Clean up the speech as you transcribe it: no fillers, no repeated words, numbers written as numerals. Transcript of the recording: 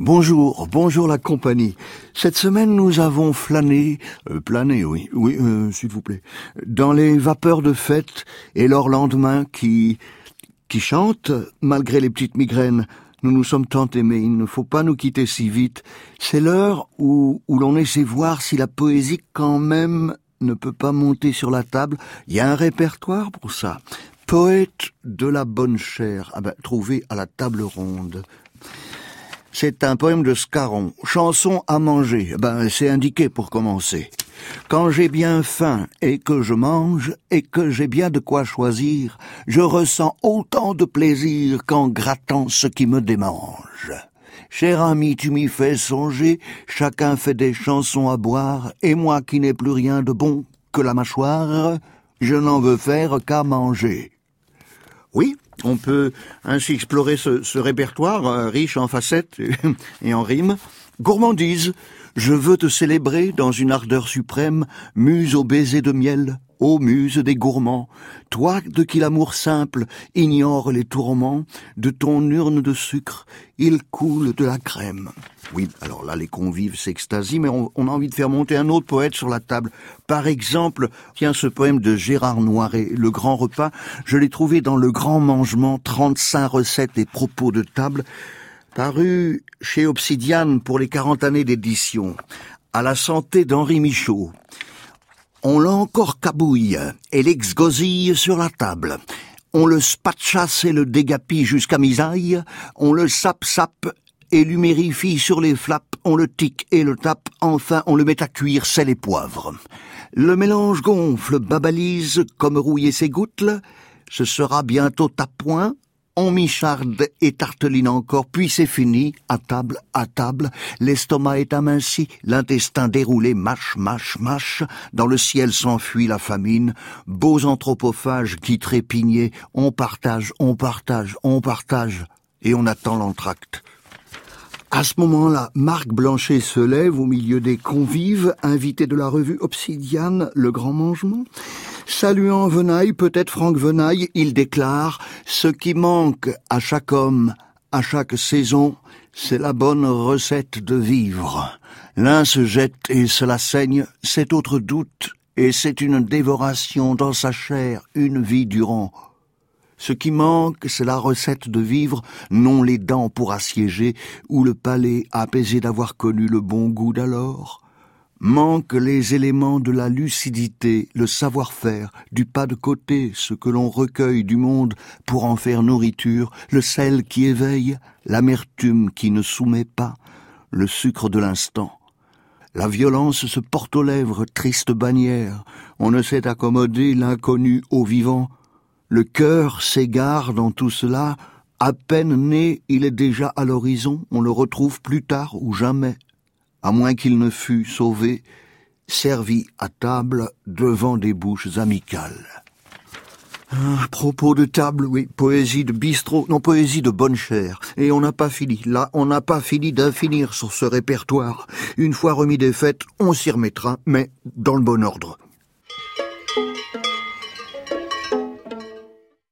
Bonjour la compagnie. Cette semaine, nous avons plané, s'il vous plaît, dans les vapeurs de fête et leur lendemain qui chantent, malgré les petites migraines. Nous nous sommes tant aimés, il ne faut pas nous quitter si vite. C'est l'heure où l'on essaie voir si la poésie quand même ne peut pas monter sur la table. Il y a un répertoire pour ça. Poète de la bonne chère, trouvé à la table ronde. C'est un poème de Scarron. Chanson à manger. C'est indiqué pour commencer. Quand j'ai bien faim et que je mange et que j'ai bien de quoi choisir, je ressens autant de plaisir qu'en grattant ce qui me démange. Cher ami, tu m'y fais songer, chacun fait des chansons à boire, et moi qui n'ai plus rien de bon que la mâchoire, je n'en veux faire qu'à manger. Oui, on peut ainsi explorer ce répertoire riche en facettes et en rimes. Gourmandise, je veux te célébrer dans une ardeur suprême, muse au baiser de miel, ô muse des gourmands. Toi de qui l'amour simple ignore les tourments, de ton urne de sucre, il coule de la crème. Oui, alors là, les convives s'extasient, mais on a envie de faire monter un autre poète sur la table. Par exemple, tiens, ce poème de Gérard Noiret, Le Grand Repas, je l'ai trouvé dans Le Grand Mangement, 35 recettes et propos de table, paru chez Obsidiane pour les 40 années d'édition. À la santé d'Henri Michaud. On l'a encore cabouille et l'exgosille sur la table. On le spatchasse et le dégapille jusqu'à misaille. On le sape et l'humérifie sur les flaps, on le tique et le tape, enfin on le met à cuire sel et poivre. Le mélange gonfle, babalise comme rouiller ses gouttes, ce sera bientôt à point, on micharde et tarteline encore, puis c'est fini, à table, l'estomac est aminci, l'intestin déroulé, mâche, dans le ciel s'enfuit la famine, beaux anthropophages qui trépignaient, on partage, et on attend l'entracte. À ce moment-là, Marc Blanchet se lève au milieu des convives, invité de la revue Obsidiane, Le Grand Mangement. Saluant Venaille, peut-être Franck Venaille, il déclare « Ce qui manque à chaque homme, à chaque saison, c'est la bonne recette de vivre. L'un se jette et cela saigne, cet autre doute, et c'est une dévoration dans sa chair, une vie durant. » Ce qui manque, c'est la recette de vivre, non les dents pour assiéger, ou le palais apaisé d'avoir connu le bon goût d'alors. Manquent les éléments de la lucidité, le savoir-faire, du pas de côté, ce que l'on recueille du monde pour en faire nourriture, le sel qui éveille, l'amertume qui ne soumet pas, le sucre de l'instant. La violence se porte aux lèvres, triste bannière, on ne sait accommoder l'inconnu au vivant. Le cœur s'égare dans tout cela, à peine né, il est déjà à l'horizon, on le retrouve plus tard ou jamais, à moins qu'il ne fût sauvé, servi à table devant des bouches amicales. Propos de table, oui, poésie de bistrot, non, poésie de bonne chère. Et on n'a pas fini, là, on n'a pas fini d'infinir sur ce répertoire. Une fois remis des fêtes, on s'y remettra, mais dans le bon ordre.